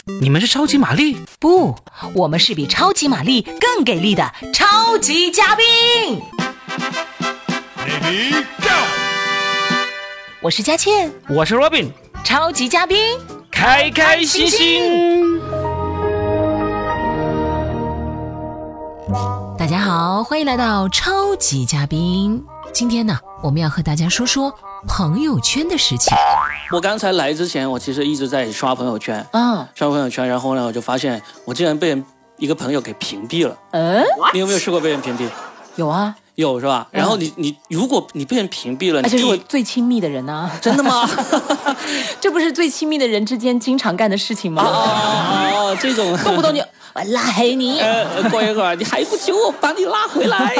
你们是超级玛丽？ 不，我们是比超级玛丽更给力的超级嘉宾。 Ready, go！ 我是佳倩， 我是 Robin， 超级嘉宾， 开开心心。 大家好，欢迎来到超级嘉宾。今天呢，我们要和大家说说朋友圈的事情。 我刚才来之前，我其实一直在刷朋友圈，刷朋友圈，然后呢，我就发现我竟然被一个朋友给屏蔽了。你有没有试过被人屏蔽？ 有啊， 有是吧？然后你如果你被人屏蔽了， 而且是我最亲密的人啊。 真的吗？ 这不是最亲密的人之间经常干的事情吗？ 这种动不动就我拉黑你， 过一会儿你还不求我把你拉回来。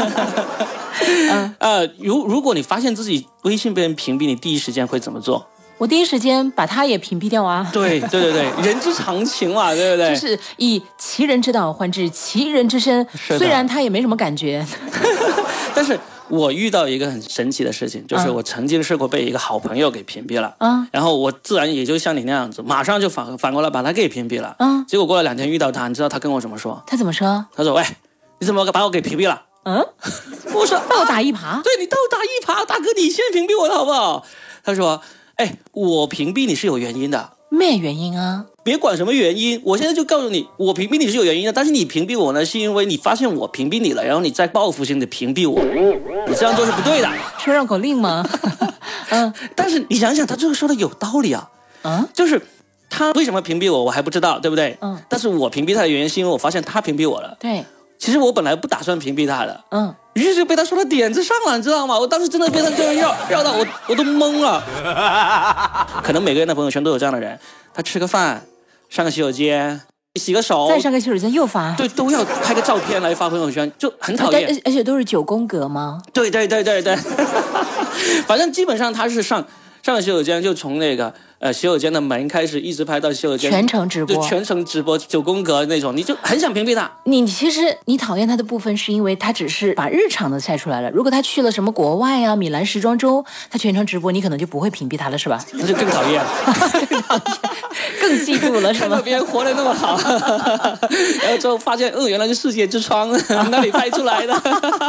如果你发现自己微信被人屏蔽，你第一时间会怎么做？ 我第一时间把他也屏蔽掉啊。 对，人之常情嘛，对不对？ 就是以其人之道还治其人之身，虽然他也没什么感觉。 但是我遇到一个很神奇的事情，就是我曾经试过被一个好朋友给屏蔽了，然后我自然也就像你那样子，马上就反过来把他给屏蔽了，结果过了2天遇到他，你知道他跟我怎么说？ 他怎么说？ 他说：“喂，你怎么把我给屏蔽了？”我说：“ 倒打一耙。” 对，你倒打一耙，大哥，你先屏蔽我的好不好？他说：“哎，我屏蔽你是有原因的。” 咩原因啊？ 别管什么原因，我现在就告诉你，我屏蔽你是有原因的，但是你屏蔽我呢，是因为你发现我屏蔽你了，然后你再报复性的屏蔽我，你这样做是不对的。 说绕口令吗？ 但是你想想，他这个说的有道理啊。就是他为什么屏蔽我，我还不知道，对不对？但是我屏蔽他的原因是因为我发现他屏蔽我了。 对。 其实我本来不打算屏蔽他的。于是就被他说到点子上了，你知道吗？我当时真的被他这样绕到我都懵了。可能每个人的朋友圈都有这样的人，他吃个饭，上个洗手间，洗个手， 再上个洗手间又发， 对，都要拍个照片来发朋友圈，就很讨厌。 而且都是9宫格吗？ 对。反正基本上他是上个洗手间，就从那个洗手间的门开始，一直拍到洗手间， 全程直播， 对，全程直播9宫格那种，你就很想屏蔽他。 其实你讨厌他的部分是因为他只是把日常的晒出来了，如果他去了什么国外啊、米兰时装周，他全程直播，你可能就不会屏蔽他了，是吧？ 那就更讨厌， 更嫉妒了，是吗？ 看到别人活得那么好，然后之后发现，原来是世界之窗那里拍出来的。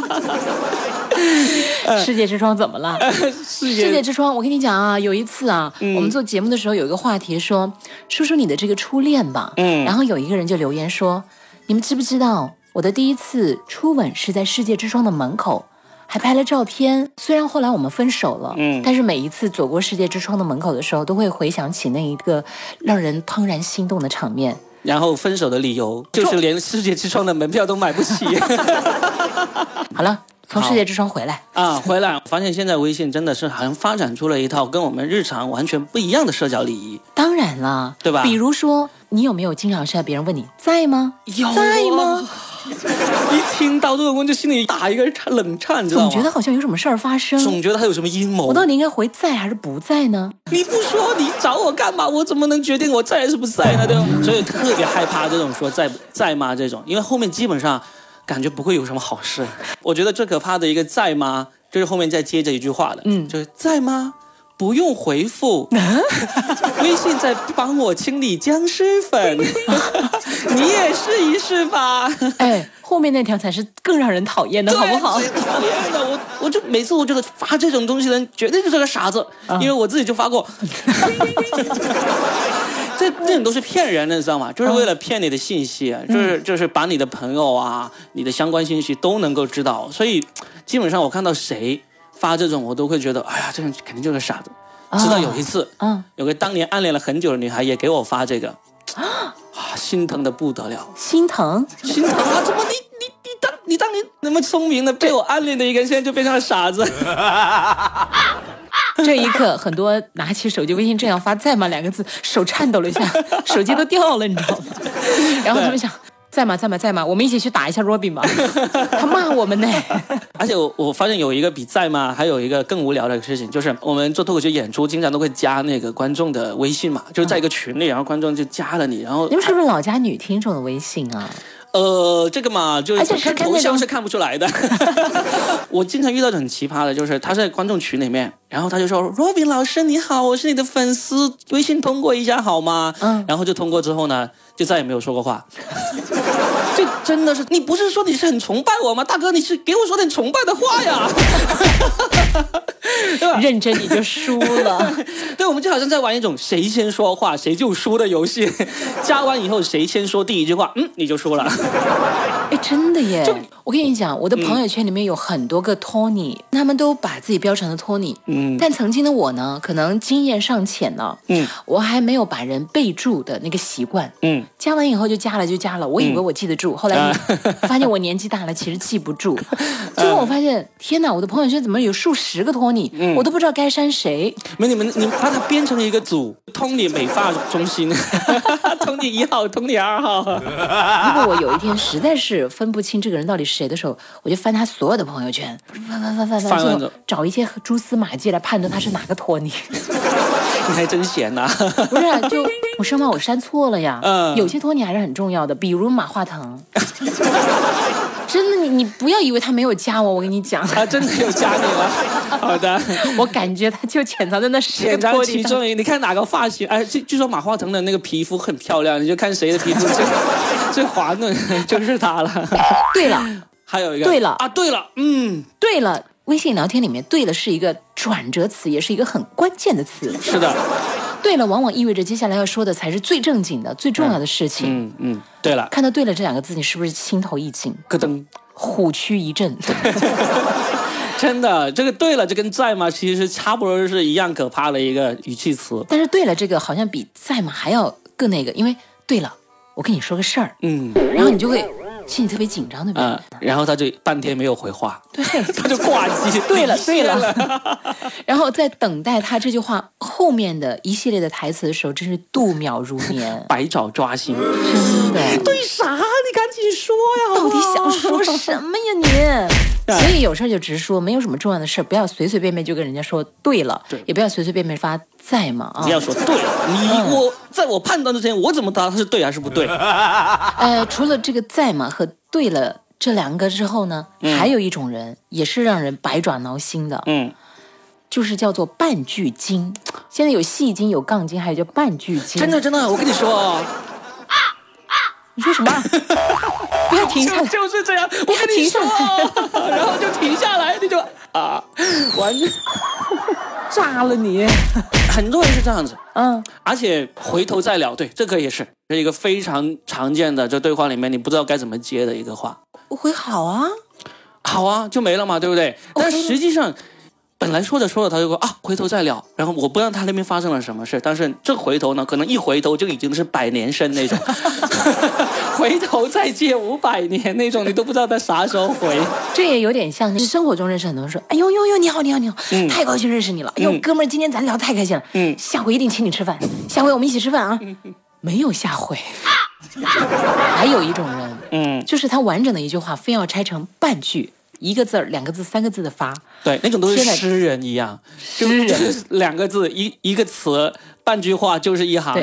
世界之窗怎么了？世界之窗，我跟你讲啊，有一次啊，我们做节目的时候有一个话题说你的这个初恋吧，然后有一个人就留言说，你们知不知道我的第一次初吻是在世界之窗的门口，还拍了照片。虽然后来我们分手了，但是每一次走过世界之窗的门口的时候，都会回想起那一个让人怦然心动的场面。 然后分手的理由就是连世界之窗的门票都买不起。 好了，从世界之窗回来回来发现现在微信真的是好像发展出了一套跟我们日常完全不一样的社交礼仪。 当然了， 对吧？ 比如说，你有没有经常是别人问你在吗？ 有在吗？ 一听到这种问就心里打一个冷颤，你知道吗？ 总觉得好像有什么事儿发生， 总觉得他有什么阴谋。 我到底应该回在还是不在呢？ 你不说你找我干嘛？我怎么能决定我在还是不在呢？对吧？所以特别害怕这种说在吗这种，因为后面基本上感觉不会有什么好事。我觉得最可怕的一个在吗，就是后面再接着一句话的，就是在吗？不用回复，微信在帮我清理僵尸粉，你也试一试吧。 后面那条才是更让人讨厌的，好不好？ 最讨厌的，我就每次我觉得发这种东西的人绝对就是个傻子，因为我自己就发过。这种都是骗人的，你知道吗？就是为了骗你的信息，就是把你的朋友啊、你的相关信息都能够知道，所以基本上我看到谁发这种，我都会觉得，哎呀，这人肯定就是个傻子。直到有一次，有个当年暗恋了很久的女孩也给我发这个，心疼的不得了。 心疼啊！ 怎么你当年那么聪明的被我暗恋的一个人，现在就变成了傻子。 这一刻，很多拿起手机微信这样发在吗2个字，手颤抖了一下，手机都掉了，你知道吗？然后他们想，在吗？我们一起去打一下 Robin 吧，他骂我们呢。 而且我发现有一个比在吗还有一个更无聊的事情，就是我们做脱口秀演出经常都会加那个观众的微信嘛，就是在一个群里，然后观众就加了你，然后你们是不是老加女听众的微信啊？ 这个嘛，就是看头像是看不出来的。我经常遇到的很奇葩的，就是他在观众群里面，然后他就说 ：“Robin 老师你好，我是你的粉丝，微信通过一下好吗？”然后就通过之后呢，就再也没有说过话。就真的是，你不是说你是很崇拜我吗？大哥，你是给我说点崇拜的话呀。 认真你就输了。 对，我们就好像在玩一种谁先说话谁就输的游戏。加完以后谁先说第一句话，你就输了。 哎，真的耶！我跟你讲，我的朋友圈里面有很多个 Tony，他们都把自己标成了 Tony。但曾经的我呢，可能经验尚浅呢。我还没有把人备注的那个习惯。加完以后就加了，我以为我记得住，后来发现我年纪大了，其实记不住。最后我发现，天哪，我的朋友圈怎么有数十个 Tony，我都不知道该删谁。 你把它编成一个组 ，Tony 美发中心，Tony 1号，Tony 2号。 如果我有一天实在是分不清这个人到底是谁的时候，我就翻他所有的朋友圈，翻，最后找一些蛛丝马迹来判断他是哪个托尼。 你还真闲呐！ 不是、啊，就我生怕我删错了呀。有些托尼还是很重要的，比如马化腾。真的，你不要以为他没有加我，我跟你讲， 他真的有加你了。好的， 我感觉他就潜藏在那10个托尼其中，你看哪个发型？哎，据说马化腾的那个皮肤很漂亮，你就看谁的皮肤最滑嫩，就是他了。 对了， 还有一个对了， 对了， 微信聊天里面对了是一个转折词，也是一个很关键的词。 是的。 对了，往往意味着接下来要说的才是最正经的、最重要的事情。 对了， 看到对了这2个字，你是不是心头一紧， 咯噔， 虎躯一震？ 真的，这个对了，这跟在吗？其实差不多是一样可怕的一个语气词。 但是对了，这个好像比在吗还要更那个，因为对了，我跟你说个事儿，然后你就会心里特别紧张，对不对？ 然后他就半天没有回话， 对， 他就挂机。 对了，然后在等待他这句话后面的一系列的台词的时候，真是度秒如年， 百爪抓心。 真的， 对啥？你赶紧说呀！ 到底想说什么呀你？所以有事就直说，没有什么重要的事，不要随随便便就跟人家说对了，也不要随随便便发在嘛啊！ 你要说对了，我在我判断之前，我怎么答他是对还是不对？ 除了这个在嘛和对了这2个之后呢，还有一种人也是让人百爪挠心的，就是叫做半句精。现在有细筋、有杠精，还有叫半句精。 真的，我跟你说你说什么？不要停下来， 就是这样。我跟你说，然后就停下来，你就完全炸了你。 很多人是这样子，而且回头再聊，对，这个也是一个非常常见的，这对话里面你不知道该怎么接的一个话。 我会好啊， 就没了嘛，对不对？但实际上。本来说着他就说回头再聊，然后我不知道他那边发生了什么事，但是这回头呢，可能一回头就已经是100年生那种，回头再见500年那种，你都不知道他啥时候回。 这也有点像，生活中认识很多人说，哎呦，你好，太高兴认识你了，哟，哥们儿，今天咱聊太开心了，下回一定请你吃饭，下回我们一起吃饭啊，没有下回。还有一种人，就是他完整的一句话非要拆成半句。1个字、2个字、3个字的发， 对，那种都是诗人一样，就是2个字一个词，半句话就是一行。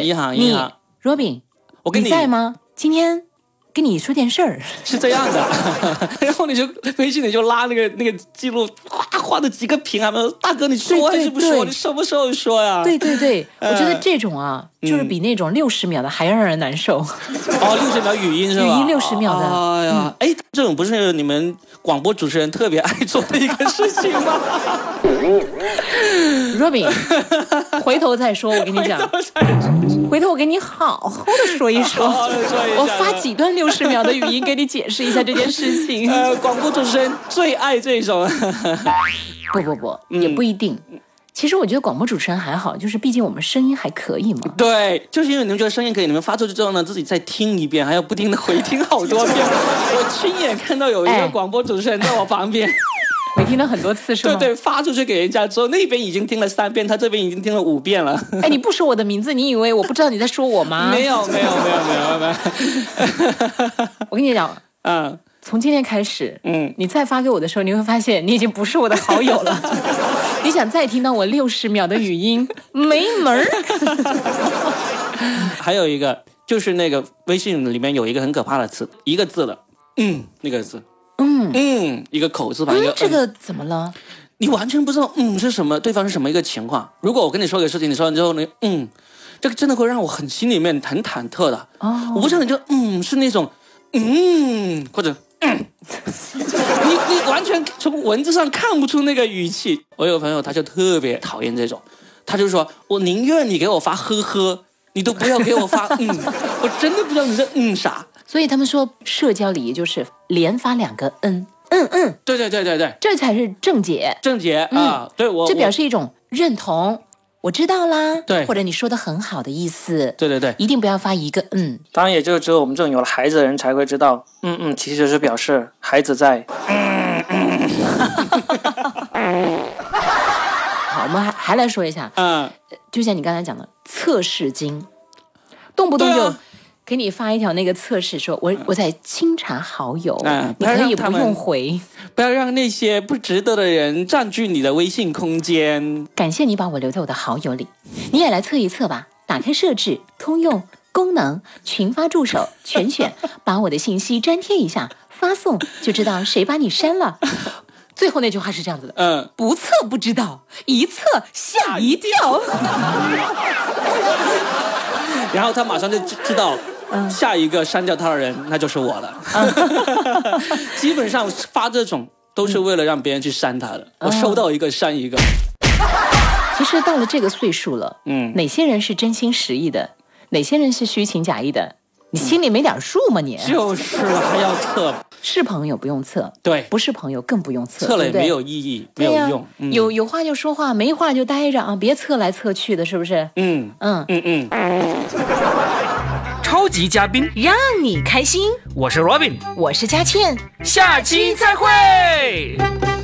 Robin， 你在吗？今天跟你说件事儿， 是这样的。然后你就微信里就拉那个记录，画的几个屏啊，大哥你说还是不说？你什么时候说呀？ 对，我觉得这种就是比那种60秒的还要让人难受。 60秒语音是吧？ 语音60秒的。 这种不是你们广播主持人特别爱做的一个事情吗 ？Robin， 回头再说，我跟你讲，回头我跟你好好的说一说，我发几段60秒的语音给你解释一下这件事情。 广播主持人最爱这种。 不，也不一定。其实我觉得广播主持人还好，就是毕竟我们声音还可以嘛。 对，就是因为你们觉得声音可以，你们发出去之后呢，自己再听一遍，还要不停的回听好多遍。我亲眼看到有一个广播主持人在我旁边， 回听了很多次是吗？ 对，发出去给人家之后，那边已经听了3遍，他这边已经听了5遍了。 你不说我的名字，你以为我不知道你在说我吗？ 没有。 我跟你讲，从今天开始，你再发给我的时候，你会发现你已经不是我的好友了。你想再听到我60秒的语音，没门儿。 还有一个就是那个微信里面有一个很可怕的词，一个字的那个字，一个口字旁，一个这个怎么了？ 你完全不知道是什么，对方是什么一个情况。如果我跟你说个事情，你说完之后呢，这个真的会让我很心里面很忐忑的。我不知道你这是那种或者你完全从文字上看不出那个语气。我有个朋友他就特别讨厌这种，他就说我宁愿你给我发呵呵，你都不要给我发我真的不知道你这啥。 所以他们说社交礼仪就是连发2个对， 这才是正解。 正解啊，对这表示一种认同，我知道啦， 对， 或者你说的很好的意思， 对， 一定不要发一个当然也就只有我们这种有了孩子的人才会知道，其实是表示孩子在好，我们还来说一下，就像你刚才讲的测试金，动不动就给你发一条那个测试，说我在清查好友，你可以不用回， 不要让那些不值得的人占据你的微信空间。 感谢你把我留在我的好友里，你也来测一测吧。打开设置、通用、功能、群发助手全选，把我的信息粘贴一下，发送就知道谁把你删了。最后那句话是这样子的，不测不知道，一测吓一跳。 然后他马上就知道。下一个删掉他的人那就是我了。基本上发这种都是为了让别人去删他的，我收到一个删一个。 其实到了这个岁数了，哪些人是真心实意的，哪些人是虚情假意的，你心里没点数吗你？ 就是还要测， 是朋友不用测， 对， 不是朋友更不用测， 测了也没有意义，没有用。 有话就说话，没话就待着啊，别测来测去的，是不是？ 超级嘉宾让你开心， 我是 Robin， 我是佳倩， 下期再会。